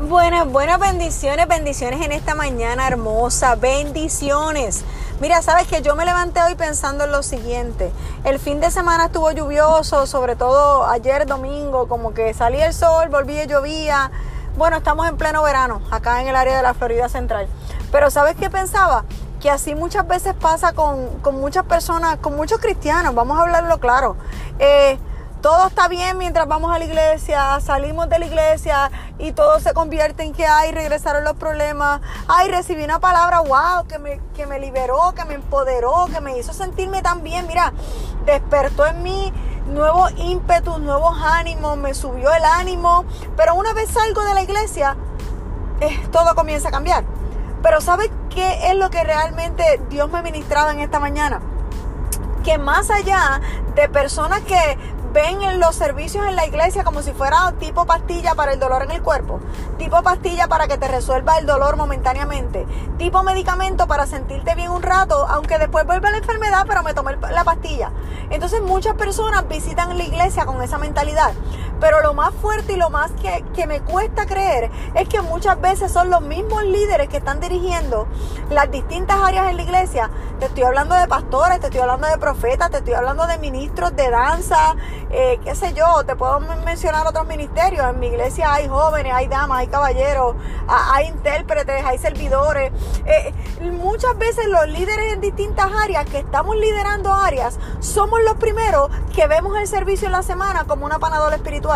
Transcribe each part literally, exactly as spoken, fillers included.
Buenas, buenas bendiciones, bendiciones en esta mañana hermosa, bendiciones. Mira, sabes que yo me levanté hoy pensando en lo siguiente. El fin de semana estuvo lluvioso, sobre todo ayer domingo, como que salía el sol, volvía y llovía. Bueno, estamos en pleno verano, acá en el área de la Florida Central. Pero ¿sabes qué pensaba? Que así muchas veces pasa con, con muchas personas, con muchos cristianos, vamos a hablarlo claro. Eh, todo está bien mientras vamos a la iglesia, salimos de la iglesia y todo se convierte en que, ay, regresaron los problemas, ay, recibí una palabra, wow, que me, que me liberó, que me empoderó, que me hizo sentirme tan bien, mira, despertó en mí nuevos ímpetus, nuevos ánimos, me subió el ánimo, pero una vez salgo de la iglesia, eh, todo comienza a cambiar. Pero ¿sabes qué es lo que realmente Dios me ministraba en esta mañana? Que más allá de personas que ven en los servicios en la iglesia como si fuera tipo pastilla para el dolor en el cuerpo, tipo pastilla para que te resuelva el dolor momentáneamente, tipo medicamento para sentirte bien un rato, aunque después vuelva la enfermedad, pero me tomé la pastilla. Entonces muchas personas visitan la iglesia con esa mentalidad. Pero lo más fuerte y lo más que, que me cuesta creer es que muchas veces son los mismos líderes que están dirigiendo las distintas áreas en la iglesia. Te estoy hablando de pastores, te estoy hablando de profetas, te estoy hablando de ministros de danza, eh, qué sé yo, te puedo mencionar otros ministerios. En mi iglesia hay jóvenes, hay damas, hay caballeros, hay intérpretes, hay servidores. Eh, muchas veces los líderes en distintas áreas que estamos liderando áreas, somos los primeros que vemos el servicio en la semana como una panadora espiritual.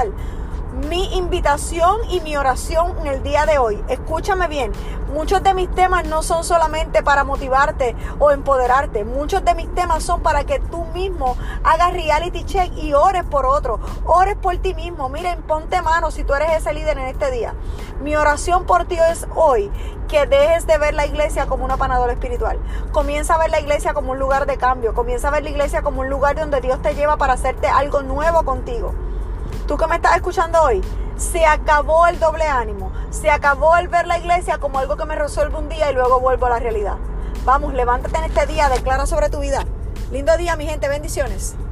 Mi invitación y mi oración en el día de hoy, escúchame bien, muchos de mis temas no son solamente para motivarte o empoderarte, muchos de mis temas son para que tú mismo hagas reality check y ores por otro, ores por ti mismo. Miren, ponte mano si tú eres ese líder en este día. Mi oración por ti es hoy que dejes de ver la iglesia como una panadora espiritual. Comienza a ver la iglesia como un lugar de cambio, comienza a ver la iglesia como un lugar donde Dios te lleva para hacerte algo nuevo contigo. Tú que me estás escuchando hoy, se acabó el doble ánimo, se acabó el ver la iglesia como algo que me resuelve un día y luego vuelvo a la realidad. Vamos, levántate en este día, declara sobre tu vida. Lindo día, mi gente, bendiciones.